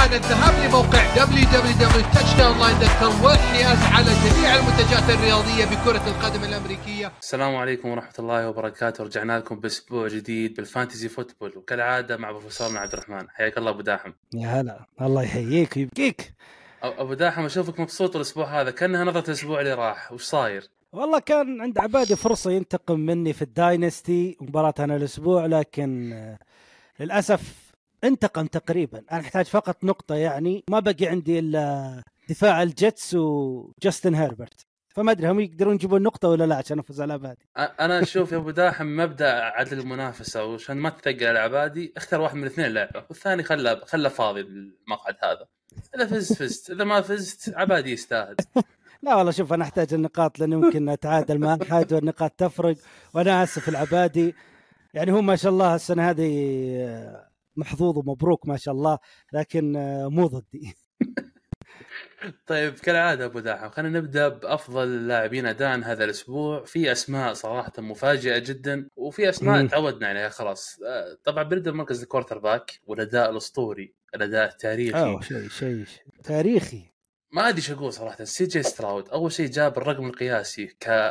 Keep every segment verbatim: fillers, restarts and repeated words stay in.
بعد الذهاب لموقع دبليو دبليو دبليو دوت تاتشداون لاين دوت كوم والحياز على جميع المنتجات الرياضية بكرة القدم الأمريكية. السلام عليكم ورحمة الله وبركاته. رجعنا لكم بأسبوع جديد بالفانتزي فوتبول، وكالعادة مع بروفيسورنا عبد الرحمن. حياك الله أبو داحم. يا هلا، الله يحييك ويبقيك. أبو داحم أشوفك مبسوط الأسبوع هذا، كأنها نظرة الأسبوع اللي راح. وش صاير؟ والله كان عند عبادي فرصة ينتقم مني في الداينستي مباراة أنا الأسبوع، لكن للأسف انتقم تقريبا. أنا أحتاج فقط نقطة، يعني ما بقي عندي إلا دفاع الجيتس وجاستن هيربرت، فما أدري هم يقدرون يجيبون النقطة ولا لا عشان أفوز على عبادي. أنا أشوف يا أبو داحم مبدأ عدل المنافسة، وعشان ما تثقل على عبادي اختار واحد من الاثنين لعبة، والثاني خلى خلى فاضي المقعد هذا. إذا فزت فزت، إذا ما فزت عبادي يستاهل. لا والله شوف، أنا أحتاج النقاط لأن ممكن أتعادل مع أحد والنقاط تفرق، وأنا آسف العبادي. يعني هو ما شاء الله السنة هذه محظوظ ومبروك ما شاء الله، لكن مو ضدي. طيب كالعادة أبو داحم، خلينا نبدأ بأفضل لاعبين أداء هذا الأسبوع. في أسماء صراحة مفاجئة جدا، وفي أسماء تعودنا عليها خلاص. طبعا بنبدأ بمركز الكوارتر باك والأداء الأسطوري، الأداء التاريخي. أوه شيء شيء تاريخي. ما أدري شو أقول صراحة. سي جي ستراود أول شيء جاب الرقم القياسي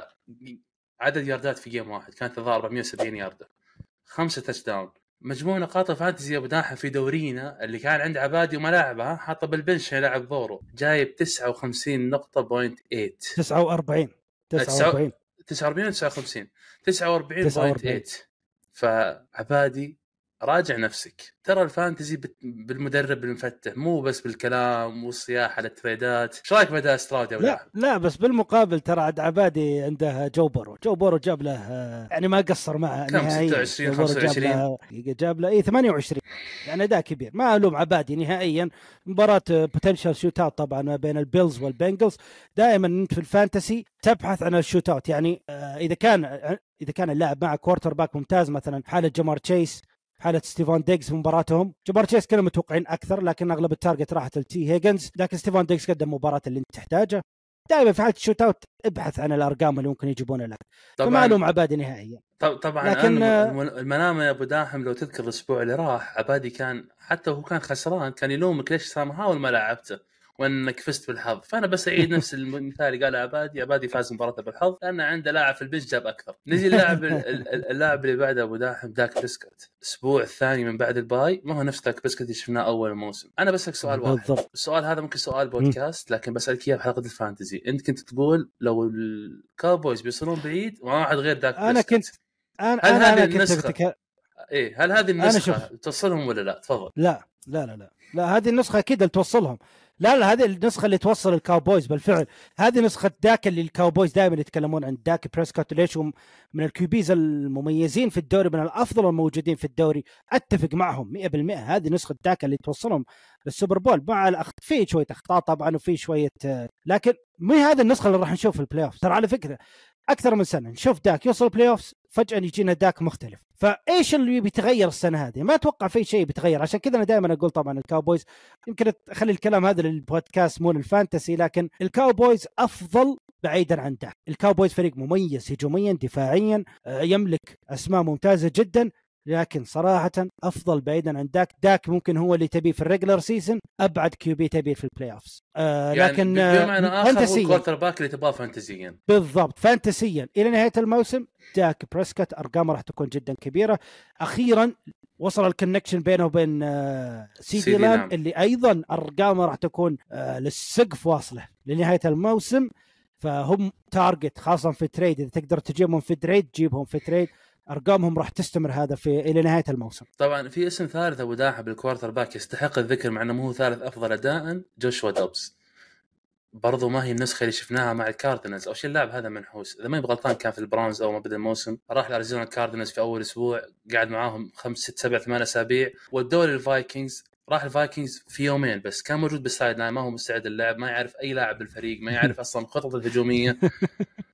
كعدد ياردات في جيم واحد، كانت الظاهر أربعمية وسبعين ياردة، خمسة تاتش داون. مجموع نقاط الفانتزي أبو داحم في دورينا اللي كان عند عبادي وما لاعبها، حاطه بالبنش يلعب ضوره، جايب تسعة وخمسين نقطة بوينت ثمانية. تسعة وأربعين تسعة وأربعين تسعة وأربعين تسعة وخمسين تسعة وأربعين بوينت ثمانية. فعبادي راجع نفسك، ترى الفانتزي بالمدرب المفتح، مو بس بالكلام والصياحة للتريدات. ايش رايك بدا استراد يا لا لا بس بالمقابل ترى عند عبادي عنده جو بورو. جو بورو جاب له يعني ما قصر معه نهائيا. ستة وعشرين خمسة وعشرين جاب له اي ثمانية وعشرين، يعني اداء كبير. ما الوم عبادي نهائيا. مباراة بوتنشال شوت اوت طبعا ما بين البيلز والبنجلز. دائما انت في الفانتسي تبحث عن الشوت اوت، يعني اذا كان اذا كان اللاعب مع كوارتر باك ممتاز، مثلا حالة جمار تشيس، حالة ستيفان ديكس في مباراتهم. جمار تشيس كانوا متوقعين أكثر، لكن أغلب التارجت راحت لتي هيجنز، لكن ستيفان ديكس قدم مباراة اللي أنت تحتاجه. دائما في حالة الشوت أوت ابحث عن الأرقام اللي ممكن يجيبونها لك. فما لهم عبادي نهائيا. طبعا لكن المنامة يا أبو داحم لو تذكر الأسبوع اللي راح، عبادي كان حتى هو كان خسران كان يلومك ليش سام هاول ما لعبته وانك فزت بالحظ. فانا بس اعيد نفس المثال اللي قال عبادي. عبادي فاز مباراته بالحظ لان عنده لاعب في البنش جاب اكثر. نجي اللاعب اللاعب اللي بعده ابو داحم، داك بريسكوت. الاسبوع الثاني من بعد الباي، ما هو نفس داك بريسكوت اللي شفناه اول الموسم. انا بسالك سؤال واحد، السؤال هذا ممكن سؤال بودكاست لكن بسالك اياه بحلقه الفانتزي. انت كنت تقول لو الكاوبويز بيوصلون بعيد ما واحد غير داك بريسكوت. انا كنت انا هل انا, هذه أنا النسخه كنت ايه هل هذه النسخه توصلهم ولا لا؟ تفضل. لا لا لا لا لا هذه النسخه اكيد اللي توصلهم. لا لا هذه النسخه اللي توصل الكاوبويز بالفعل. هذه نسخه داك اللي الكاوبويز دائما يتكلمون عن داك بريسكوت ليش هم من الكيوبيز المميزين في الدوري، من الافضل الموجودين في الدوري. اتفق معهم مئة بالمئة. هذه نسخه داك اللي توصلهم للسوبر بول، مع الاخطاء في شويه اخطاء طبعا وفي شويه، لكن مو هذه النسخه اللي راح نشوف في البلاي اوف. ترى على فكره اكثر من سنه نشوف داك يوصل البلاي اوف، فجاه يجينا داك مختلف. فايش اللي بيتغير السنه هذه؟ ما اتوقع في شيء بيتغير. عشان كذا انا دائما اقول طبعا الكاوبويز، يمكن اخلي الكلام هذا للبودكاست مو للفانتسي، لكن الكاوبويز افضل بعيدا عن داك. الكاوبويز فريق مميز هجوميا دفاعيا، يملك اسماء ممتازه جدا، لكن صراحه افضل بعيدا عن داك. داك ممكن هو اللي تبيه في الريجلر سيزون، ابعد كيوبي تبيه في البلاي اوفز. آه يعني لكن بمعنى اخر هو الكوارتر باك اللي تبغاه فانتسيا. بالضبط، فانتسيا الى نهايه الموسم داك بريسكوت ارقامه راح تكون جدا كبيره. اخيرا وصل الكونكشن بينه وبين آه سيدي لام نعم. اللي ايضا ارقامه راح تكون آه للسقف واصله لنهايه الموسم. فهم تارجت خاصه في تريد، اذا تقدر تجيبهم في تريد جيبهم في تريد. ارقامهم راح تستمر هذا في الى نهايه الموسم. طبعا في اسم ثالث ابو داحم بالكوارتر باك يستحق الذكر مع انه مو ثالث افضل اداء، جوشوا دوبس. برضو ما هي النسخه اللي شفناها مع الكاردينالز او شيء. اللاعب هذا منحوس، اذا ما يبغى غلطان كان في البراونز او ما بدا الموسم، راح لاريزونا الكاردينالز في اول اسبوع، قاعد معاهم خمس ست سبع ثمان اسابيع، والدوري الفايكنجز. راح الفايكنجز في يومين بس، كان موجود بالسايد لاين، ما هو مستعد اللعب، ما يعرف اي لاعب بالفريق، ما يعرف اصلا خطط الهجوميه.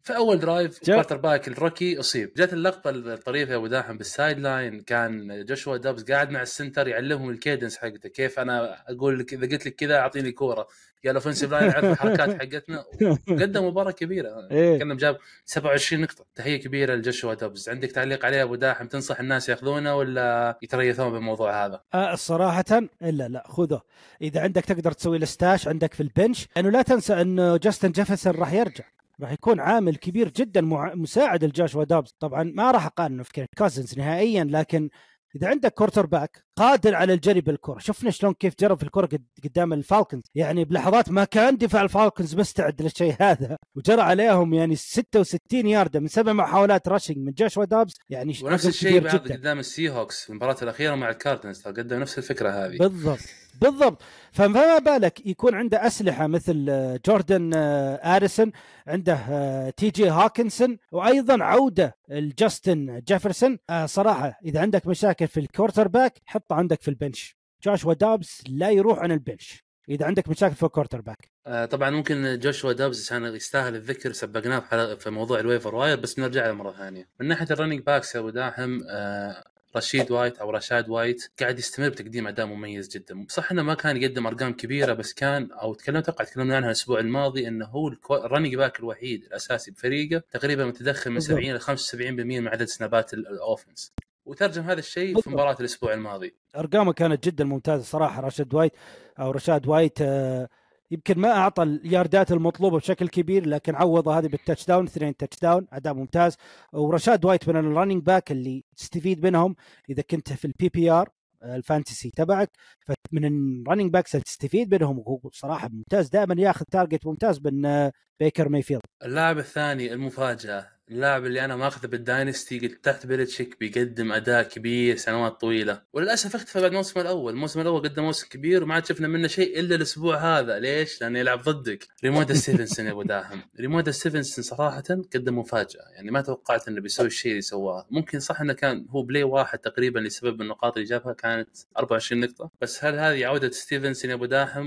في اول درايف كوارتر باك الروكي اصيب، جت اللقطه الطريفه يا ابو داحم بالسايد لاين، كان جوشوا دابز قاعد مع السنتر يعلمهم الكيدنس حقته، كيف انا اقول لك اذا قلت لك كذا اعطيني كوره يا الاوفنسيف لاين عرف الحركات حقتنا، وقدم مباراه كبيره. كنا جاب سبعة وعشرين نقطه، تحيه كبيره لجوشوا دابز. عندك تعليق عليه ابو داحم؟ تنصح الناس ياخذونه ولا يتريثون بالموضوع هذا؟ أه الصراحه الا لا خذه، اذا عندك تقدر تسوي الستاش عندك في البنش، لانه لا تنسى انه جاستن جيفرسون راح يرجع، راح يكون عامل كبير جدا مساعد الجاشوا دابز. طبعا ما راح اقارنه في كيرك كوزنز نهائيا، لكن اذا عندك كورتر باك قادر على الجري بالكره، شفنا شلون كيف جرب في الكره قدام الفالكنز، يعني بلحظات ما كان دفاع الفالكنز مستعد للشيء هذا، وجرى عليهم يعني ستة وستين ياردة من سبع محاولات راشنج من جاشوا دابز. يعني ونفس الشيء بعد قدام السي هوكس في المباراه الاخيره مع الكاردينالز، قدم نفس الفكره هذه بالضبط بالضبط. فما بالك يكون عنده أسلحة مثل جوردن آريسون، عنده تي جي هاكنسون، وأيضا عودة الجاستن جيفرسون. صراحة إذا عندك مشاكل في الكورتر باك حطه عندك في البنش، جاشوا دابز لا يروح عن البنش إذا عندك مشاكل في الكورتر باك. آه طبعا ممكن جوشوا دابز كان يستاهل الذكر، سبقناه في, في موضوع الويفر واير، بس بنرجع له مرة ثانية. من ناحية الرننج باكس يا أبو داحم، آه رشيد وايت أو رشاد وايت قاعد يستمر بتقديم أداء مميز جدا. صح إنه ما كان يقدم أرقام كبيرة، بس كان أو تكلمنا توقع تكلمنا عنها الأسبوع الماضي إنه هو الرننج باك الوحيد الأساسي بفريقه تقريبا متدخل من سبعين إلى خمسة وسبعين بالمئة من عدد سنابات الأوفنس، وترجم هذا الشيء في مباراة الأسبوع الماضي. أرقامه كانت جدا ممتازة صراحة. رشاد وايت أو رشاد وايت آه يمكن ما أعطى الياردات المطلوبة بشكل كبير، لكن عوض هذه بالتاتش داون، اثنين تاتش داون، أداء ممتاز. ورشاد وايت من الرننج باك اللي تستفيد منهم إذا كنت في البي بي آر الفانتسي تبعك، فمن الرننج باكس اللي تستفيد منهم، وهو صراحة ممتاز، دائما ياخذ تارجت ممتاز من بيكر مايفيلد. اللاعب الثاني المفاجأة، اللاعب اللي أنا ماخذه بالداينستي، قلت تحت بيلتشيك بيقدم أداء كبير سنوات طويلة، وللأسف اختفى بعد الموسم الأول. الموسم الأول قدم موسم كبير وما عاد شفنا منه شيء إلا الأسبوع هذا. ليش؟ لأنه يلعب ضدك ريمودا ستيفنسون يا أبو داهم. ريمودا ستيفنسون صراحة قدم مفاجأة، يعني ما توقعت إنه بيسوي الشيء اللي سواه. ممكن صح إنه كان هو بلاي واحد تقريبا لسبب النقاط اللي جابها كانت أربعة وعشرين نقطة، بس هل هذه عودة ستيفنسون يا أبو داهم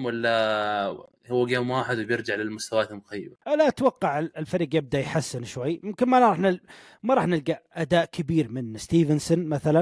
ولا هو جيم واحد وبيرجع للمستويات المخيبة؟ أنا أتوقع الفريق يبدأ يحسن شوي. ممكن ما راح نل... ما راح نلقى أداء كبير من ستيفنسون مثلا،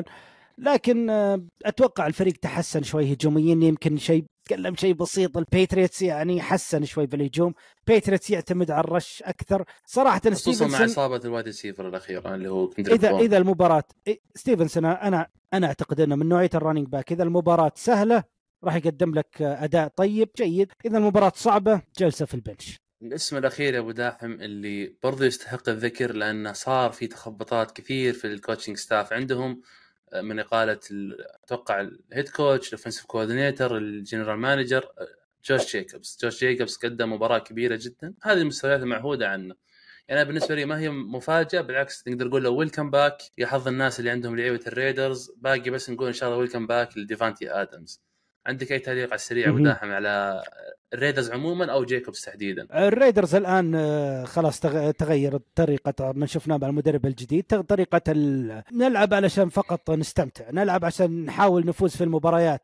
لكن أتوقع الفريق تحسن شوي هجوميا. يمكن شيء تكلم شيء بسيط، البيتريتس يعني حسن شوي بالهجوم، بيتريتس يعتمد على الرش أكثر صراحة. خصوصا مع إصابة الواد السيفر الأخيرة اللي هو إذا بون. إذا المباراة ستيفنسون أنا أنا أعتقد أنه من نوعية الرننج باك، إذا المباراة سهلة راح يقدم لك أداء طيب جيد، إذا المباراة صعبة جلسة في البنش. الاسم الأخير يا أبو داحم اللي برضو يستحق الذكر، لأنه صار في تخبطات كثير في الكوتشنج ستاف عندهم، من إقالة أتوقع الهيد كوتش، الأوفنسيف كوردينيتر، الجنرال مانجر، جوش جايكوبس. جوش جايكوبس قدم مباراة كبيرة جدا، هذه المستويات المعهودة عنه. يعني بالنسبة لي ما هي مفاجأة، بالعكس نقدر نقول له ويلكم باك يا حظ الناس اللي عندهم لعيبة الريدرز. باقي بس نقول إن شاء الله ويلكم باك لديفانتي آدمز. عندك أي تعليق على السريع أبو داحم على الريدرز عموما أو جايكوبس تحديدا؟ الريدرز الآن خلاص تغير طريقة من شفناه مع المدرب الجديد، طريقة نلعب علشان فقط نستمتع، نلعب عشان نحاول نفوز في المباريات.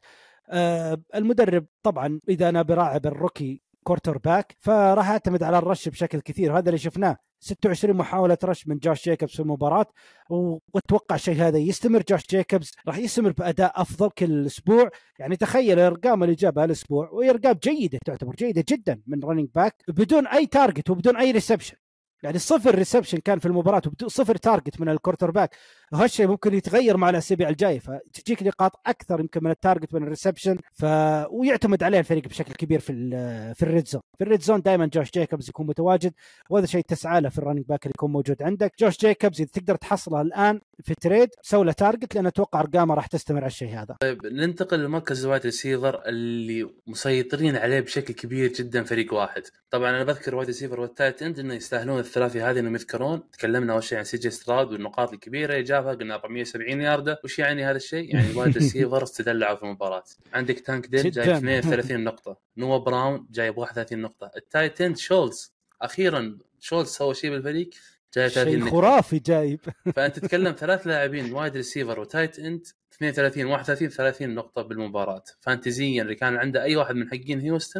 المدرب طبعا إذا أنا براعب الروكي كورتر باك فراح اعتمد على الرش بشكل كثير، هذا اللي شفناه ستة وعشرين محاولة رش من جوش جايكوبس في المباراة، واتوقع شيء هذا يستمر. جوش جايكوبس راح يستمر بأداء أفضل كل أسبوع. يعني تخيل الأرقام اللي جابها الأسبوع، وأرقام جيدة تعتبر جيدة جدا من رننج باك بدون أي تارجت وبدون أي ريسبشن، يعني صفر ريسبشن كان في المباراة وصفر تارجت من الكورتر باك. وهالشيء ممكن يتغير مع الأسابيع الجاية، فتجيك نقاط أكثر يمكن من التارجت من الريسبشن، ف ويعتمد عليه الفريق بشكل كبير في ال في الريد زون. في الريد زون دائما جوش جايكوبز يكون متواجد، وهذا شيء تسعى له في الرننج باك اللي يكون موجود عندك. جوش جايكوبز إذا تقدر تحصله الآن في تريد سوي له تارجت، لأن أتوقع أرقامه راح تستمر على الشيء هذا. طيب ننتقل لمركز الوايد ريسيفر اللي مسيطرين عليه بشكل كبير جدا فريق واحد. طبعا أنا بذكر وايد ريسيفر والتايت إند إنه يستاهلون الثلاثي هذه إنهم يذكرون. تكلمنا أول شيء عن سي جي ستراد والنقاط الكبيرة اللي جابها، قلنا أربعمية وسبعين ياردة. وش يعني هذا الشيء؟ يعني وايد ريسيفر استدلعوا في المباراة. عندك تانك دين جاي اثنين وثلاثين نقطة، نوا براون جايب واحد وثلاثين نقطة، التايت إند شولز أخيرا شولز سوى شيء بالفريق جاي ثلاثين نقطة، خرافي جايب. فأنت تتكلم ثلاث لاعبين وايد ريسيفر وتايت إند اثنين وثلاثين واحد وثلاثين ثلاثين نقطة بالمباراة. فانتزيا اللي كان عنده أي واحد من حقين هيوستن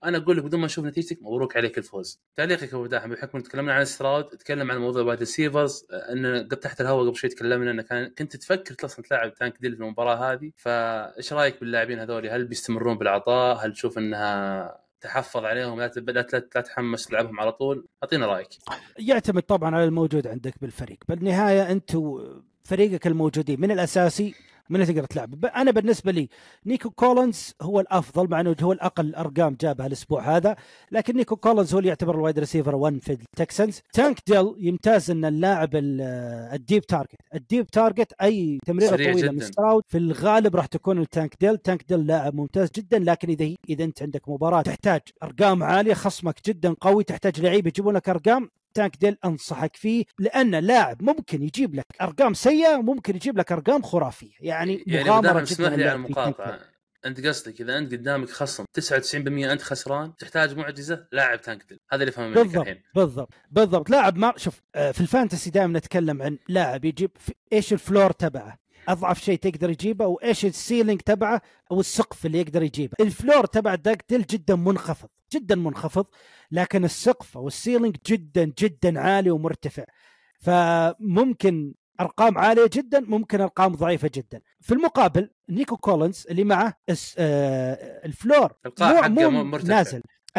انا اقول لك بدون ما اشوف نتيجتك مبروك عليك الفوز. تعليقك ابو داحم بحكم تكلمنا عن ستراود، تكلم عن موضوع وايد ريسيفرز، ان قد تحت الهواء قبل شوي تكلمنا ان كان كنت تفكر اصلا تلعب تانك ديل في المباراه هذه، فايش رايك باللاعبين هذول؟ هل بيستمرون بالعطاء؟ هل تشوف انها تحفظ عليهم لا لا تتحمس تلعبهم على طول؟ اعطينا رايك. يعتمد طبعا على الموجود عندك بالفريق. بالنهايه انتم فريقك الموجودين من الاساسي من تقدر تلعب. انا بالنسبه لي نيكو كولينز هو الافضل، مع انه هو الاقل ارقام جابها الاسبوع هذا، لكن نيكو كولينز هو اللي يعتبر الوايد ريسيفر واحد في التكسنز. تانك ديل يمتاز ان اللاعب الديب تارجت الديب تارجت اي تمريره طويله من ستراود في الغالب راح تكون التانك ديل. تانك ديل لاعب ممتاز جدا، لكن اذا اذا انت عندك مباراه تحتاج ارقام عاليه، خصمك جدا قوي، تحتاج لعيبه يجيبون لك ارقام، تانك ديل أنصحك فيه، لأن لاعب ممكن يجيب لك أرقام سيئة، ممكن يجيب لك أرقام خرافية. يعني, يعني مغامرة جدا. اسمح لي على المقاطعة، أنت قصدك إذا أنت قدامك خصم تسعة وتسعين بالمئة أنت خسران، تحتاج معجزة لاعب تانك ديل. هذا اللي فهمه منك الحين. بالضبط بالضبط. لاعب ما شوف في الفانتسي دائما نتكلم عن لاعب يجيب إيش الفلور تبعه، أضعف شيء تقدر يجيبه، أو إيش السيلينج تبعه أو السقف اللي يقدر يجيبه. الفلور تبع تانك ديل جدا منخفض جدا منخفض، لكن السقف أو السيلينج جدا جدا عالي ومرتفع، فممكن أرقام عالية جدا، ممكن أرقام ضعيفة جدا. في المقابل نيكو كولينز اللي معه الفلور مو, مو نازل،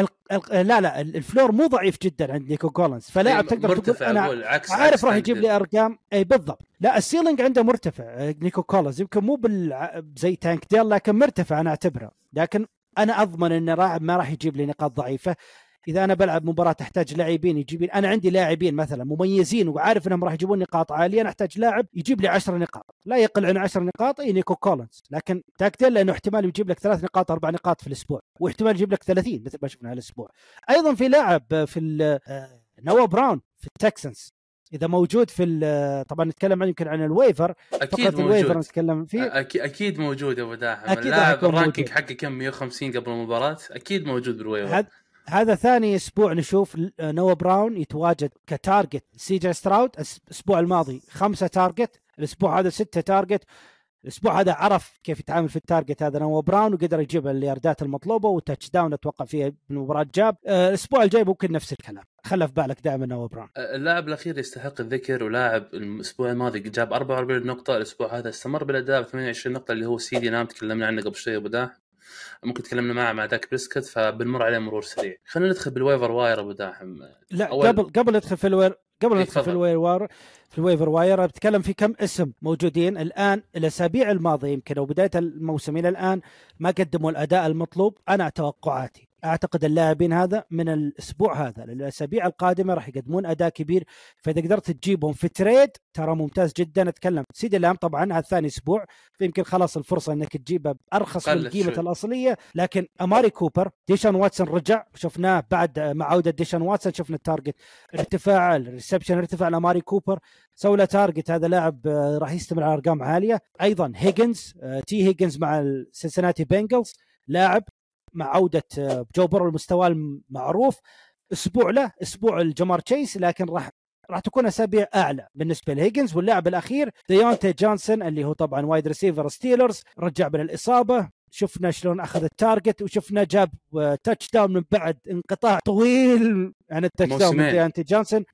لا لا الفلور مو ضعيف جدا عند نيكو كولينز، فلاعب تقدر تقول أنا عارف راح يجيب لي أرقام. أي بالضبط. لا السيلينج عنده مرتفع نيكو كولينز، يمكن مو بال زي تانك ديل لكن مرتفع أنا أعتبره، لكن أنا أضمن أن لاعب ما راح يجيب لي نقاط ضعيفة. إذا أنا بلعب مباراة تحتاج لاعبين يجيبين، أنا عندي لاعبين مثلا مميزين وعارف أنهم راح يجيبون نقاط عالية، أنا أحتاج لاعب يجيب لي عشر نقاط لا يقل عن عشر نقاط، إيه نيكو كولينز. لكن تانك ديل لأنه احتمال يجيب لك ثلاث نقاط أربع نقاط في الأسبوع، واحتمال يجيب لك ثلاثين مثل ما شفنا هالأسبوع. أيضا في لاعب في نوا براون في التكسنز إذا موجود في طبعا نتكلم عن يمكن عن الويفر، أكيد الويفر نتكلم فيه أكيد أكيد موجود يا أبو داحم. اللاعب الرانكينج حقه كم مية وخمسين قبل المباراة، أكيد موجود بالويفر. هذا هذا ثاني اسبوع نشوف نوا براون يتواجد كتارجت سي جي ستراود. الاسبوع الماضي خمسة تارجت، الاسبوع هذا ستة تارجت. الاسبوع هذا عرف كيف يتعامل في التارجت هذا نوا براون، وقدر يجيب الياردات المطلوبه وتاتش داون اتوقع فيها بالمباراه جاب. الاسبوع الجاي ممكن نفس الكلام، خلف بالك دائما نوا براون. اللاعب الاخير يستحق الذكر، ولاعب الاسبوع الماضي جاب أربعة وأربعين نقطه، الاسبوع هذا استمر بالاداء ثمانية وعشرين نقطه اللي هو سيدي نام تكلمنا عنه قبل شويه ابو داحم، ممكن تكلمنا معه مع داك بريسكت، فبنمر عليه مرور سريع. خلينا ندخل بالويفر واير ابو داحم. لا أول... قبل قبل ندخل في الوير قبل ندخل في الويفر في الويفر واير بتكلم في كم اسم موجودين الان. الاسابيع الماضيه يمكن او بدايه الموسم الى الان ما قدموا الاداء المطلوب. انا توقعاتي اعتقد اللاعبين هذا من الاسبوع هذا للاسابيع القادمه راح يقدمون اداء كبير، فاذا قدرت تجيبهم في تريد ترى ممتاز جدا. اتكلم سيدي لام طبعا هذا ثاني اسبوع، فيمكن خلاص الفرصه انك تجيبه ارخص من القيمه الاصليه. لكن اماري كوبر، ديشان واتسون رجع، شفناه بعد مع عوده ديشان واتسون، شفنا التارجت ارتفاع، الريسبشن ارتفاع لاماري كوبر، سوى له تارجت. هذا لاعب راح يستمر على ارقام عاليه. ايضا هيجنز، تي هيجنز مع السنسناتي بنجلز، لاعب مع عودة جو برو المستوى المعروف. اسبوع له اسبوع الجمار تشيس، لكن راح راح تكون اسابيع اعلى بالنسبه لهيجنز. واللاعب الاخير ديونتي جونسون اللي هو طبعا وايد ريسيفر ستيلرز، رجع من الاصابه، شفنا شلون اخذ التارجت، وشفنا جاب تاتش داون من بعد انقطاع طويل عن التاتش داون من ديونتي جونسون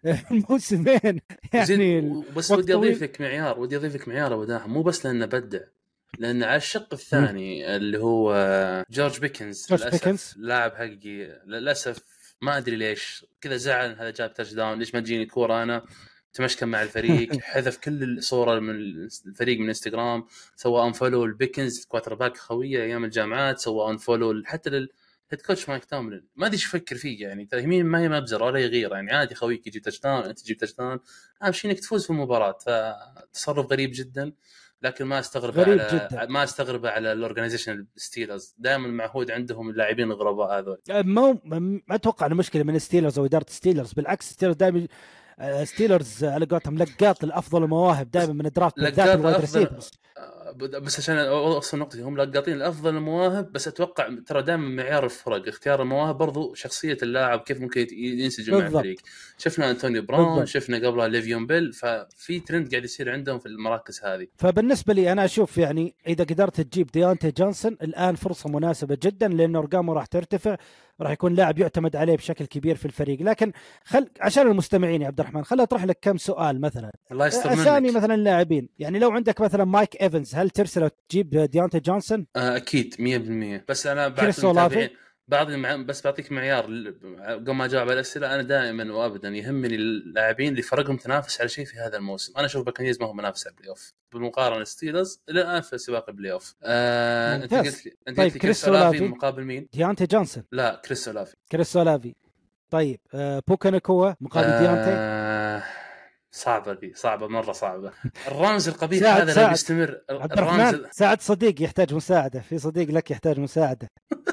موسمين يعني. بس ودي اضيفك معيار ودي اضيفك معيار ابو داحم، مو بس لانه بدع، لأن على الشق الثاني م. اللي هو جورج بيكنز جورج للأسف بيكنز. لاعب حقي للأسف ما أدري ليش كذا زعل هذا جاب تاتش داون، ليش ما تجيني كورة أنا، تمشكل مع الفريق حذف كل الصورة من الفريق من انستغرام، سوى انفولو البيكنز كواتر باك خوية أيام الجامعات، سوى انفولو حتى للهيد كوتش مايك توملين، ما أدري إيش يفكر فيه يعني. ترى مين ما هي مبزر ولا يغير يعني، عادي خويك يجيب تاتش داون أنت تجيب تاتش داون، أهم شيء إنك تفوز في المباراة. فتصرف غريب جدا، لكن ما استغرب على جداً. ما استغرب على الاورجنايزيشن ستيلرز، دائما معهود عندهم اللاعبين الغرباء هذول. ما ما اتوقع انه مشكله من ستيلرز او اداره ستيلرز، بالعكس ستيلرز دائما ستيلرز على قولتهم لقاط الافضل المواهب دائما من الدرافت بالذات الوايد ريسيفرز. بس عشان اوصل نقطتي هم لاقطين الافضل المواهب، بس اتوقع ترى دائما معيار الفرق اختيار المواهب برضو شخصيه اللاعب كيف ممكن ينسجم مع الفريق. شفنا انتوني براون بالضبط. شفنا قبلها ليفيون بيل، ففي ترند قاعد يصير عندهم في المراكز هذه. فبالنسبه لي انا اشوف يعني اذا قدرت تجيب ديانتي جونسون الان فرصه مناسبه جدا، لانه ارقامه راح ترتفع، راح يكون لاعب يعتمد عليه بشكل كبير في الفريق. لكن خل عشان المستمعين يا عبد الرحمن خليني اطرح لك كم سؤال مثلا اسامي مثلا لاعبين، يعني لو عندك مثلا مايك ايفنز هل ترسل تجيب ديانتي جونسون؟ آه اكيد مية بالمية. بس انا بعد المتابعين بعض المع... بس بعطيك معيار قبل ما اجاوب على الاسئله. انا دائما وابدا يهمني اللاعبين اللي فرقهم تنافس على شيء في هذا الموسم. انا اشوف باكنيز ما هو منافس على البلاي اوف بالمقارنه ستيلرز الى الان في سباق البلاي اوف. آه... انت قلت لي انت طيب قلت كريس اولافي مقابل مين؟ ديانتي جونسون. لا كريس اولافي. كريس اولافي. طيب آه... بوكا ناكوا مقابل آه... ديانتي. صعبة دي، صعبة مرة صعبة. الرمز القبيح هذا لو يستمر الرمز ال... ساعد صديق يحتاج مساعدة، في صديق لك يحتاج مساعدة.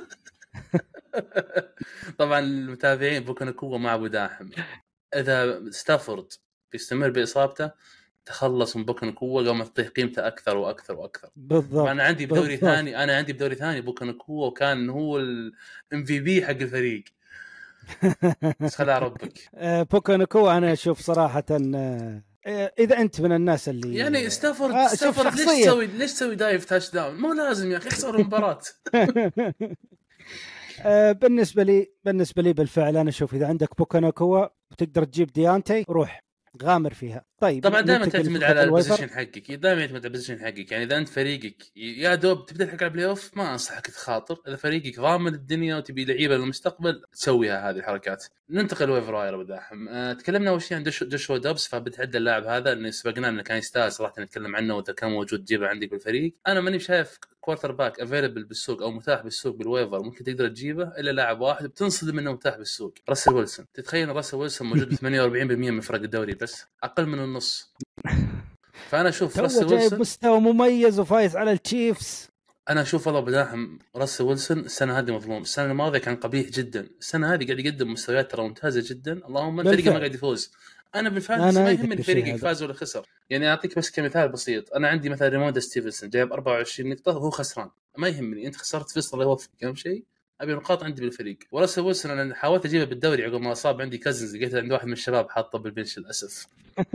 طبعا المتابعين بوكنكوا مع ابو داحم، اذا ستافورد بيستمر باصابته تخلص من بوكنكوا قام يعطيه قيمته اكثر واكثر واكثر. بالضبط. انا عندي بدوري بالضبط. ثاني انا عندي بدوري ثاني بوكنكوا وكان هو الام في بي حق الفريق. خلع ربك. بوكنكوا انا اشوف صراحة اذا انت من الناس اللي يعني ستافورد آه ستافورد ليش تسوي ليش تسوي دايف تاش داون؟ مو لازم يا اخي يخسر المباراة. آه بالنسبه لي بالنسبه لي بالفعل انا اشوف اذا عندك بوكاناكوا وتقدر تجيب ديانتي روح غامر فيها. طيب طبعا دائما تعتمد على البوزيشن حقك، دائما يعتمد على البوزيشن حقك. يعني اذا انت فريقك يا دوب تبدا تحق على البلاي اوف ما انصحك تخاطر. اذا فريقك ضامن الدنيا وتبي لعيبه للمستقبل تسويها هذه الحركات. ننتقل ويفر واير بداحم. أه تكلمنا اول شيء عن جوشوا دوبس، فبتعدى اللاعب هذا اللي سبقنا انه كان يستاهل صراحه نتكلم عنه واذا كان موجود تجيبه عندك بالفريق. انا ماني شايف كوارتر باك افيلبل بالسوق او متاح بالسوق بالويفر ممكن تقدر تجيبه الا لاعب واحد بتنصدم انه متاح بالسوق، راسل ويلسون. تتخيل راسل ويلسون موجود ب ثمانية وأربعين بالمئة من فرق الدوري، بس اقل من النص. فانا اشوف راسل ويلسون مستوى مميز وفايز على التشيفز. انا اشوف والله بداحم راسل ويلسون السنه هذه مظلوم. السنه الماضيه كان قبيح جدا، السنه هذه قاعد يقدم مستويات ترى ممتازه جدا. اللهم الفريق ما قاعد يفوز. انا بالفانتسي ما يهمني فريقك فاز ولا خسر. يعني اعطيك بس كمثال بسيط، انا عندي مثلا ريموندا ستيفنسون جايب أربعة وعشرين نقطه وهو خسران، ما يهمني انت خسرت فزت الله يوفقك. اهم شيء ابي نقاط عندي بالفريق. وراسل ويلسون انا حاولت اجيبه بالدوري عقب ما اصاب، عندي كازنز لقيت عند واحد من الشباب حاطه بالبنش للاسف.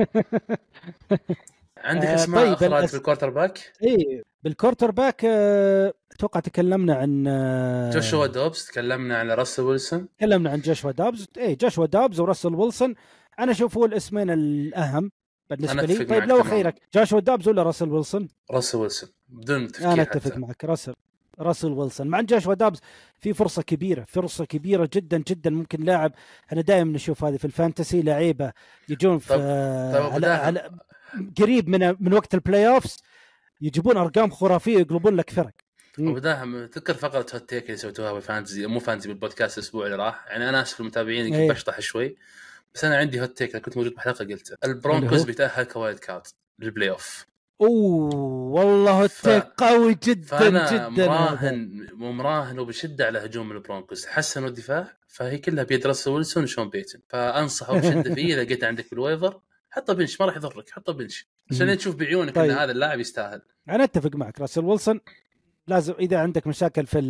عندك اسماء طيب اخرى في الكوارتر باك؟ اي بالكوارتر باك اتوقع تكلمنا عن جوشوا دوبز، تكلمنا عن راسل ويلسون، تكلمنا عن جوشوا دوبز. اي جوشوا دوبز وراسل ويلسون انا اشوف هو الاسمين الاهم بالنسبه لي. طيب لو خيرك جوشوا دوبز ولا راسل ويلسون؟ راسل ويلسون بدون تفكير. انا اتفق معك راسل راسل ويلسون. مع جوشوا دوبز في فرصه كبيره فرصه كبيره جدا جدا. ممكن لاعب انا دائما نشوف هذه في الفانتسي لعيبه يجون في طب طب على, على قريب من من وقت البلاي اوفز يجيبون ارقام خرافيه يقلبون لك فرق. وبداهم تذكر فقره هوت تيك اللي سويتوها بالفانتسي مو فانتسي بالبودكاست الاسبوع اللي راح. يعني انا اسف المتابعين كنت بشطح شوي بس انا عندي هوت تيك كنت موجود بحلقه قلته البرونكوز بيتاهل كوايلد كارد للبلاي اوف. اوه والله هوت تيك ف... قوي جدا جدا. مراهن ومراهن وبشده على هجوم البرونكوز حسنوا الدفاع فهي كلها بيد راسل ويلسون وشون بيتن. فانصحه بشده فيه اذا لقيت عندك بالويفر حطه بنش ما راح يضرك حطه بنش عشان تشوف بعيونك طيب. ان هذا اللاعب يستاهل. انا اتفق معك راسل ويلسون لازم اذا عندك مشاكل في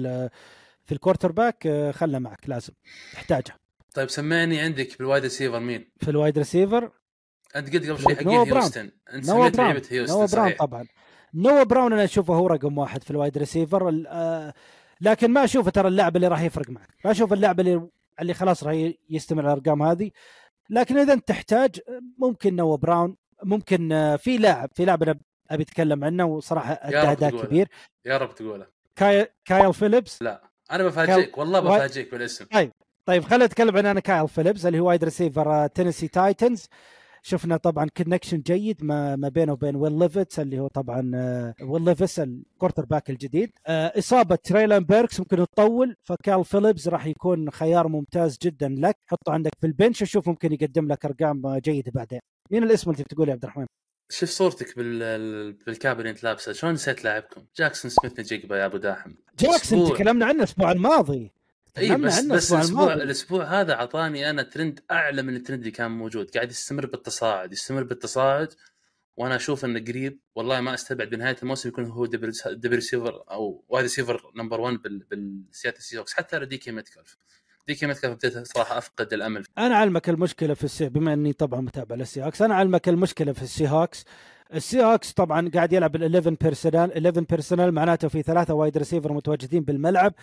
في الكوارتر باك خلنا معك لازم تحتاجها. طيب سمعني عندك بالوايد ريسيفر مين؟ في الوايد ريسيفر انت قلت قبل شوي حق هيوستن. انت سمعت لعيبه هيوستن نوا براون طبعا. نوا براون انا اشوفه هو رقم واحد في الوايد ريسيفر آه لكن ما اشوفه ترى اللاعب اللي راح يفرق معك. ما اشوف اللاعب اللي اللي خلاص راح يستمر الارقام هذه. لكن اذا انت تحتاج ممكن نوا براون ممكن آه في لاعب في لاعب انا ابي اتكلم عنه وصراحه اداء كبير يا رب تقوله كاي... كايل فيليبس. لا انا بفاجئك كايل... والله بفاجئك بالاسم. طيب طيب خلينا نتكلم عن انا كايل فيليبس اللي هو وايد ريسيفر تينيسي تايتنز. شفنا طبعا كونكشن جيد ما ما بينه وبين ويل ليفيتس اللي هو طبعا ويل ليفيتس الكورتر باك الجديد. اصابه تريلان بيركس ممكن تطول فكايل فيليبس راح يكون خيار ممتاز جدا لك. حطه عندك في البنش وشوف ممكن يقدم لك ارقام جيده بعدين. مين الاسم اللي بتقول يا عبد الرحمن؟ شوف صورتك بال بالكاب اللي انت لابسه شلون نسيت لاعبكم جاكسون سميث نجيبه يا ابو داحم. جاكسون تكلمنا عنه الاسبوع الماضي. اي بس, بس الاسبوع الاسبوع هذا عطاني انا ترند اعلى من الترند اللي كان موجود. قاعد يستمر بالتصاعد يستمر بالتصاعد وانا اشوف انه قريب والله ما استبعد بنهايه الموسم يكون هو دبل ريسيفر او وايد ريسيفر نمبر واحد بالسياتل سيهوكس. حتى على دي كي ميتكالف دي كي ميتكالف بديت صراحه افقد الامل. انا علمك المشكله في السي بما اني طبعا متابع للسيهوكس، انا علمك المشكله في السيهوكس. السيهوكس طبعا قاعد يلعب ال إحدى عشر بيرسونال، إحدى عشر بيرسونال معناته في ثلاثه وايد ريسيفر متواجدين بالملعب،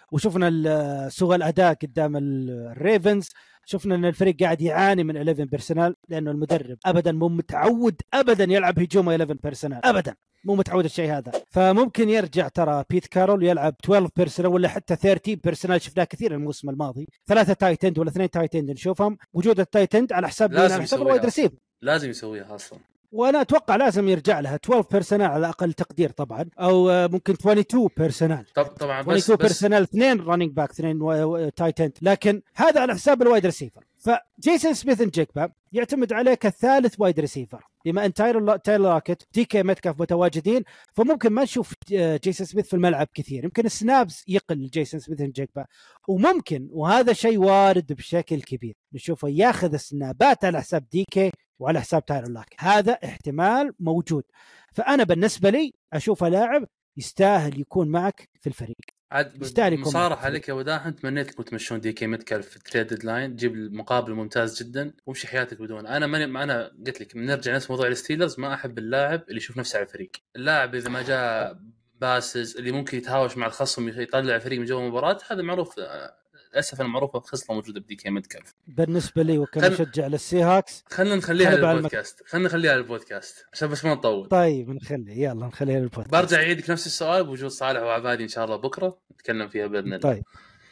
وشفنا سوء الاداء قدام الريفنز. شفنا ان الفريق قاعد يعاني من إحدى عشر بيرسونال لانه المدرب ابدا مو متعود ابدا يلعب هجوم إحدى عشر بيرسونال، ابدا مو متعود الشيء هذا. فممكن يرجع ترى بيت كارول يلعب اثنا عشر بيرسونال ولا حتى ثلاثين بيرسونال، شفناه كثير الموسم الماضي، ثلاثه تايت اند ولا اثنين تايت اند نشوفهم. وجود التايت اند على حساب لازم على حساب الوايد ريسيفر لازم يسويها اصلا، وانا اتوقع لازم يرجع لها اثنا عشر بيرسونال على اقل تقدير طبعا، او ممكن اثنين وعشرين بيرسونال. طب طبعا بس اثنين وعشرين بس بيرسونال، اثنين رانينج باك، اثنين تايت اند، لكن هذا على حساب الوايد ريسيفر. فجيسون سميث نجيكبا يعتمد عليه كالثالث وايد ريسيفر، بما ان تايلر تايلر راكت دي كي ميتكاف متواجدين، فممكن ما نشوف جيسون سميث في الملعب كثير، يمكن السنابز يقل جيسون سميث نجيكبا، وممكن وهذا شيء وارد بشكل كبير نشوفه ياخذ السنابات على حساب دي كي وعلى حساب تايلر لاك، هذا احتمال موجود. فانا بالنسبه لي اشوفه لاعب يستاهل يكون معك في الفريق. عاد مصارحة عليك يا وداع، تمنيت لكم تمشون دي كي متكالف في التريد ديدلاين، تجيب المقابل ممتاز جدا ومشي حياتك بدون. انا ماني انا قلت لك بنرجع نفس موضوع الستيلرز، ما احب اللاعب اللي يشوف نفسه على الفريق. اللاعب اذا ما جاء باسز اللي ممكن يتهاوش مع الخصم يطلع الفريق من جوا المباراة، هذا معروف للاسف، انا معروفه خصله موجوده بدي كي متكالف. بالنسبه لي وكان خل... اشجع للسيهاكس، خلينا نخليها للبودكاست، خلينا نخليها للبودكاست عشان بس ما نطول. طيب نخلي يلا نخليها للبودكاست. برجع اعيدك نفس السؤال بوجود صالح وعبادي ان شاء الله بكره نتكلم فيها باذن الله. طيب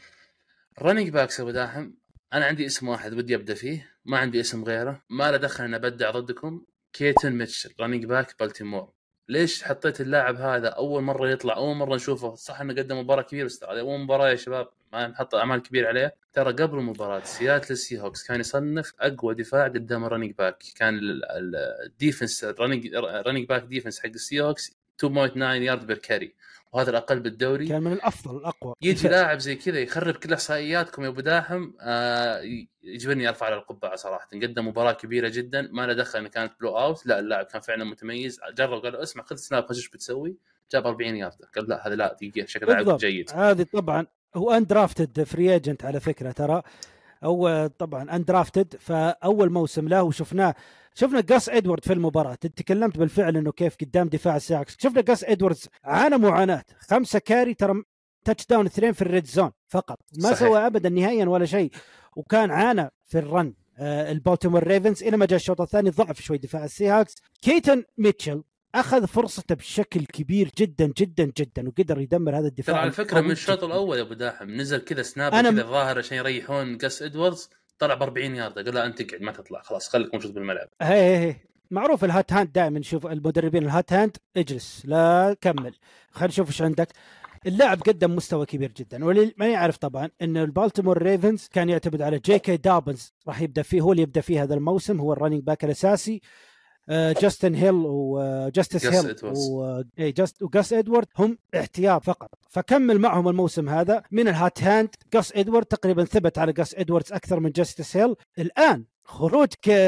رننج باكس ابو داحم، انا عندي اسم واحد بدي ابدا فيه، ما عندي اسم غيره، ما له دخل ان ابدع ضدكم. كيتن ميتشل رننج باك بالتيمور. ليش حطيت اللاعب هذا اول مره يطلع، اول مره نشوفه؟ صح انه قدم مباراه كبيره بس اول مباراه يا شباب ما نحط اعمال كبيره عليه. ترى قبل مباراه سياتل السي هوكس كان يصنف اقوى دفاع قدام الرننج باك، كان الديفنس الرننج رننج باك ديفنس حق السي هوكس اثنين فاصلة تسعة يارد بير كاري، وهذا الاقل بالدوري، كان من الافضل الاقوى. يجي لاعب زي كذا يخرب كل احصائياتكم يا ابو داحم، آه يجبرني ارفع على القبعه صراحه. قدم مباراه كبيره جدا، ما له دخل انه كانت بلو اوت، لا اللاعب كان فعلا متميز. جرب قال اسمع خذ سناب خش بتسوي، جاب أربعين يارد، قال لا هذا لا دقيقه شكل لاعب جيد. هذه طبعا هو اندرافتد فري ايجنت على فكره ترى، او طبعا اندرافتد، فاول موسم له وشفناه. شفنا قاس ادوارد في المباراه، تكلمت بالفعل انه كيف قدام دفاع الساكس. شفنا قاس ادواردز عانى معاناه، خمسه كاري ترى تاتش داون اثنين في الريد زون فقط، ما سوى ابدا نهائيا ولا شيء، وكان عانى في الرن. آه البالتيمور ريفنز الى ما جاء الشوط الثاني ضعف شوي دفاع السيهاكس. كيتن ميتشل اخذ فرصته بشكل كبير جدا جدا جدا وقدر يدمر هذا الدفاع. ترى على فكره من الشوط الاول يا ابو داحم نزل كذا سناب كذا الظاهر عشان يريحون قاس ادواردز، طلع ب أربعين يارد، قال لا انت اقعد ما تطلع خلاص خليك موجود بالملعب. هي هي معروف الهات هاند دائما، نشوف المدربين الهات هاند اجلس لا كمل خلينا نشوف ايش عندك. اللاعب قدم مستوى كبير جدا، واللي ما يعرف طبعا ان البالتيمور ريفنز كان يعتمد على جي كي دابنز، راح يبدا فيه هو اللي يبدا فيه هذا الموسم، هو الرننج باك الاساسي. جاستن هيل وجاستس هيل وجاست وجاس ادوارد هم احتياط فقط، فكمل معهم الموسم هذا من الهات هاند. جاس ادوارد تقريبا ثبت على جاس ادواردز اكثر من جاستس هيل. الان خروج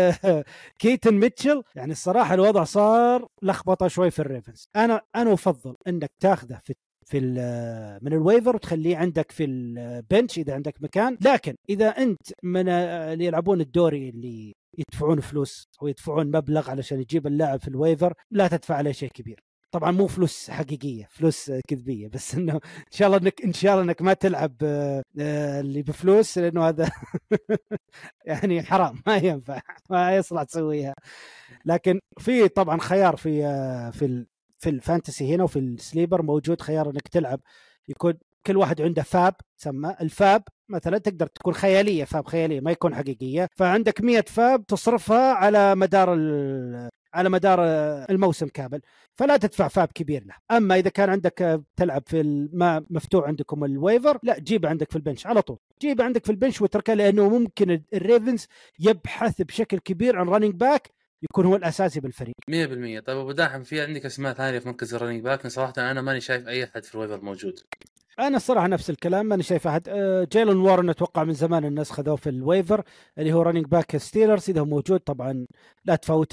كيتن ميتشل، يعني الصراحه الوضع صار لخبطه شوي في الريفنز. انا انا افضل انك تاخذه في في من الويفر وتخليه عندك في البنش اذا عندك مكان، لكن اذا انت من اللي يلعبون الدوري اللي يدفعون فلوس او يدفعون مبلغ علشان يجيب اللاعب في الويفر، لا تدفع عليه شيء كبير. طبعا مو فلوس حقيقيه، فلوس كذبيه، بس انه ان شاء الله انك ان شاء الله انك ما تلعب اللي بفلوس، لانه هذا يعني حرام ما ينفع ما يصلح تسويها. لكن في طبعا خيار في في في الفانتسي هنا وفي السليبر موجود خيار انك تلعب يكون كل واحد عنده فاب، سمى الفاب مثلا تقدر تكون خياليه، فاب خياليه ما يكون حقيقيه، فعندك مية فاب تصرفها على مدار على مدار الموسم كامل، فلا تدفع فاب كبير له. اما اذا كان عندك تلعب في ما مفتوح عندكم الويفر، لا جيبه عندك في البنش على طول، جيبه عندك في البنش وتركه، لانه ممكن الريفنز يبحث بشكل كبير عن رننج باك يكون هو الاساسي بالفريق مية بالمية. طيب ابو داحم في عندك اسماء ثانيه في مركز الرننج باك؟ صراحه انا ماني شايف اي احد في الويفر موجود. انا الصراحه نفس الكلام ماني شايف احد. جيلون وارن اتوقع من زمان الناس خذوه في الويفر اللي هو رننج باك ستيلرز، اذا هو موجود طبعا لا تفوته.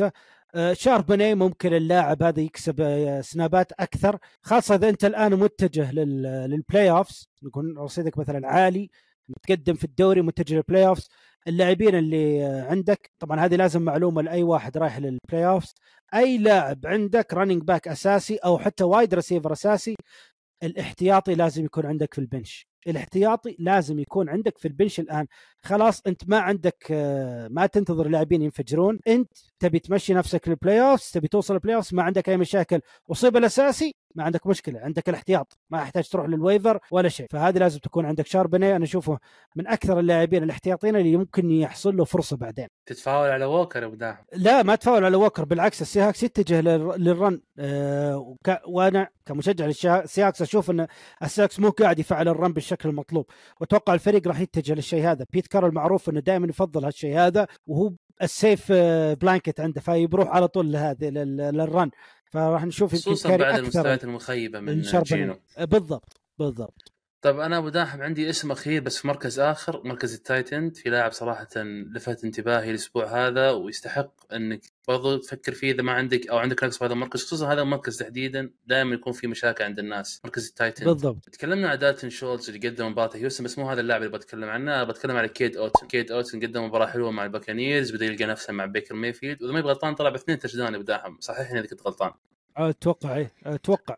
شاربوني ممكن اللاعب هذا يكسب سنابات اكثر، خاصه اذا انت الان متجه للبلاي اوفز، يكون رصيدك مثلا عالي متقدم في الدوري متجه للبلاي اوفز. اللاعبين اللي عندك طبعا هذه لازم معلومه لاي واحد رايح للبلاي اوفز، اي لاعب عندك رننج باك اساسي او حتى وايد ريسيفر اساسي، الاحتياطي لازم يكون عندك في البنش. الاحتياطي لازم يكون عندك في البنش الآن. خلاص أنت ما عندك، ما تنتظر لاعبين ينفجرون، أنت تبي تمشي نفسك للبلاي أوفس، تبي توصل للبلاي أوفس، ما عندك أي مشاكل، أصيب الأساسي ما عندك مشكلة، عندك الاحتياط، ما يحتاج تروح للويفر ولا شيء. فهذه لازم تكون عندك. شاربوني أنا أشوفه من أكثر اللاعبين الاحتياطيين اللي يمكن يحصل له فرصة بعدين. تتفاول على ووكر يا أبو داحم؟ لا ما تفاول على ووكر، بالعكس السيهاكس يتجه للرن. أه وك... وأنا كمشجع للسيهاكس أشوف أن السيهاكس مو قاعد يفعل الرن بالشكل المطلوب، وأتوقع الفريق راح يتجه للشيء هذا. بيت كارول معروف أنه دائما يفضل هالشيء هذا، وهو السيف بلانكت عنده، فيبروح على طول لهذه للرن. فراح نشوف خصوصا بعد المستويات المخيبة من جينو. بالضبط بالضبط. طب أنا أبو داحم عندي اسم أخير بس في مركز آخر، مركز التايتند، في لاعب صراحة لفت انتباهي الأسبوع هذا ويستحق أنك برضو تفكر فيه إذا ما عندك أو عندك نقص في هذا المركز، خصوصا هذا المركز تحديدا دائما يكون في مشاكل عند الناس، مركز التايتند. بالضبط. تكلمنا عن دالتون شولتز اللي قدم مباراة هيوستن، بس مو هذا اللاعب اللي بتكلم عنه، بتكلم على كيد أوتن. كيد أوتن قدم مباراة حلوة مع الباكانيرز، بدأ يلقى نفسه مع بيكر مايفيلد، وإذا ما يبغى غلطان طلع باثنين تشدان. أبو داحم صحيح إذا كنت غلطان؟ أتوقع إيه أتوقع.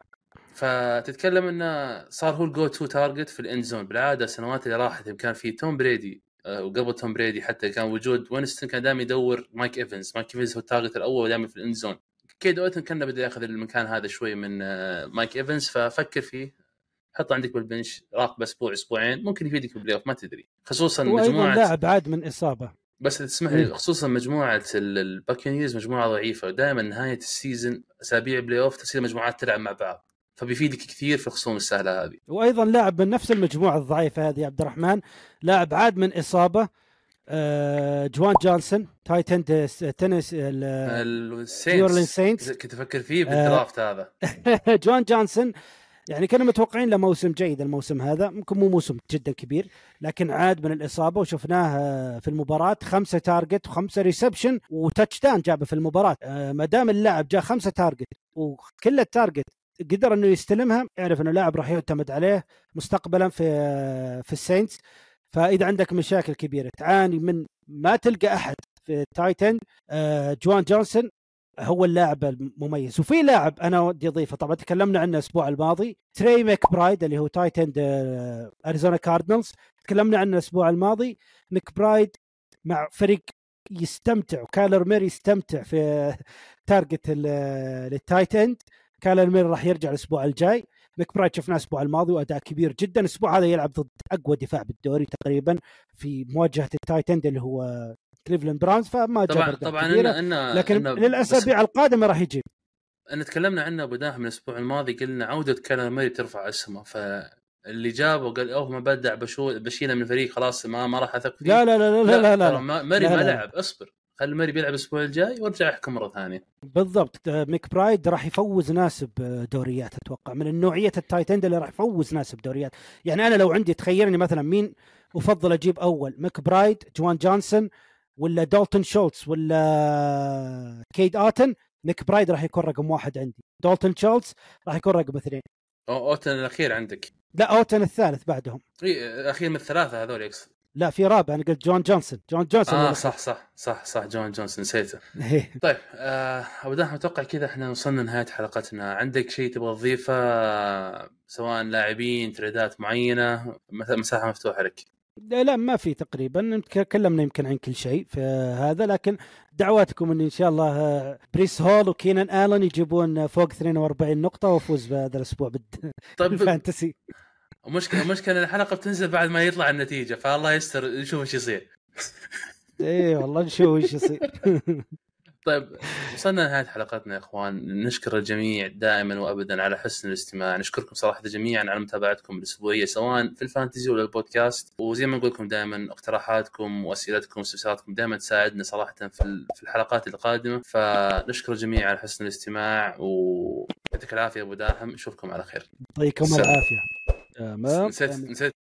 فتتكلم انه صار هو الجو تو تارجت في الاند زون. بالعاده السنوات اللي راحت كان في توم بريدي وقبل توم بريدي حتى كان وجود وينستون، كان دائما يدور مايك ايفنز. مايك ايفنز هو التارجت الاول دائما في الاند زون. كيد اوتن كان بده ياخذ المكان هذا شوي من مايك ايفنز، ففكر فيه، حط عندك بالبنش، راقب اسبوع اسبوعين، ممكن يفيدك بالبلاي اوف ما تدري. خصوصا مجموعه لاعب عاد من اصابه، بس تسمح لي، خصوصا مجموعه الباكنيرز مجموعه ضعيفه، دائما نهايه السيزون اسابيع بلاي اوف تصير مجموعات تلعب مع بعض، فبيفيدك كثير في الخصوم السهله هذه. وايضا لاعب من نفس المجموعه الضعيفه هذه عبد الرحمن، لاعب عاد من اصابه، أه جوان جونسون تايتن تنس السينتس، كنت افكر فيه بالدرافت أه هذا. جوان جونسون يعني كانوا متوقعين له موسم جيد الموسم هذا، ممكن مو موسم جدا كبير، لكن عاد من الإصابة وشفناه في المباراة خمسة تارجت وخمسة ريسبشن وتاتش داون جابه في المباراة. ما دام اللاعب جاء خمسة تارجت وكل التارجت قدر انه يستلمها، يعرف انه لاعب راح يعتمد عليه مستقبلا في في الساينتس. فاذا عندك مشاكل كبيرة تعاني من ما تلقى احد في تايتن، جوان جونسون هو اللاعب المميز. وفي لاعب انا ودي اضيفه، طبعا تكلمنا عنه الاسبوع الماضي، تري ماكبرايد اللي هو تايتن اريزونا كاردينالز، تكلمنا عنه الاسبوع الماضي. ماكبرايد مع فريق يستمتع، وكالر ميري يستمتع في تارجت للتايتن. كالر ميري راح يرجع الاسبوع الجاي. ماكبرايد شفناه الاسبوع الماضي واداء كبير جدا. الاسبوع هذا يلعب ضد اقوى دفاع بالدوري تقريبا في مواجهه التايتن اللي هو كليفلاند براونز، فما طبعا طبعا إن إن لكن إن للاسابيع القادمه راح يجيب. ان تكلمنا عنه ابو داحم من الاسبوع الماضي، قلنا عوده كالر ميري ترفع اسمه، فاللي جابه وقال اوه ما بدع بشو بشيله من الفريق خلاص ما ما راح اثق فيه. لا لا لا لا لا, لا, لا, لا. ميري ما لعب، اصبر خلي ميري بيلعب الاسبوع الجاي وارجع احكم مره ثانيه. بالضبط. ميك برايد راح يفوز ناس بدوريات، اتوقع من النوعيه التايتن اللي راح يفوز ناس بدوريات. يعني انا لو عندي تخيرني مثلا مين افضل اجيب اول، ميك برايد، جوان جونسون، ولا دولتون شولتز، ولا كيد آتن؟ ميك برايد راح يكون رقم واحد عندي، دولتون شولتز راح يكون رقم اثنين. أو آتن الأخير عندك؟ لا آتن الثالث بعدهم. إيه الأخير من الثلاثة هذول يقصد. لا في رابع، أنا قلت جون جونسون. جون جونسون آه صح صح صح صح جون جونسون نسيته. طيب آه أبو داحم أتوقع كذا إحنا وصلنا نهاية حلقتنا. عندك شيء تبغى تضيفه سواء لاعبين تريدات معينة؟ مساحة مفتوحة لك. لا لا ما في، تقريبا تكلمنا يمكن عن كل شيء في هذا، لكن دعواتكم ان ان شاء الله بريس هول وكينان آلن يجيبون فوق اثنين وأربعين نقطة وفوز بهذا الاسبوع بالفانتسي. ومشكلة مشكلة الحلقة بتنزل بعد ما يطلع النتيجة، فالله يستر نشوف ايش يصير. ايه والله نشوف ايش يصير. طيب وصلنا لنهاية حلقتنا يا اخوان. نشكر الجميع دائما وابدا على حسن الاستماع. نشكركم صراحة جميعا على متابعتكم الاسبوعية سواء في الفانتزي ولا البودكاست، وزي ما نقول لكم دائما اقتراحاتكم واسئلتكم واستفساراتكم دائما تساعدنا صراحة في في الحلقات القادمة. فنشكر الجميع على حسن الاستماع ويعطيك العافية ابو داحم، نشوفكم على خير. يعطيكم العافية. تمام. نسيت نسيت